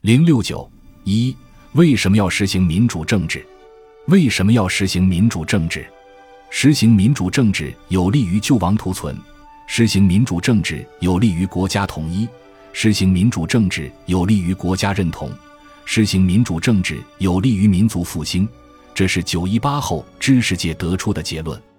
069-1为什么要实行民主政治？为什么要实行民主政治？实行民主政治有利于救亡图存，实行民主政治有利于国家统一，实行民主政治有利于国家认同，实行民主政治有利于民族复兴，这是918后知识界得出的结论。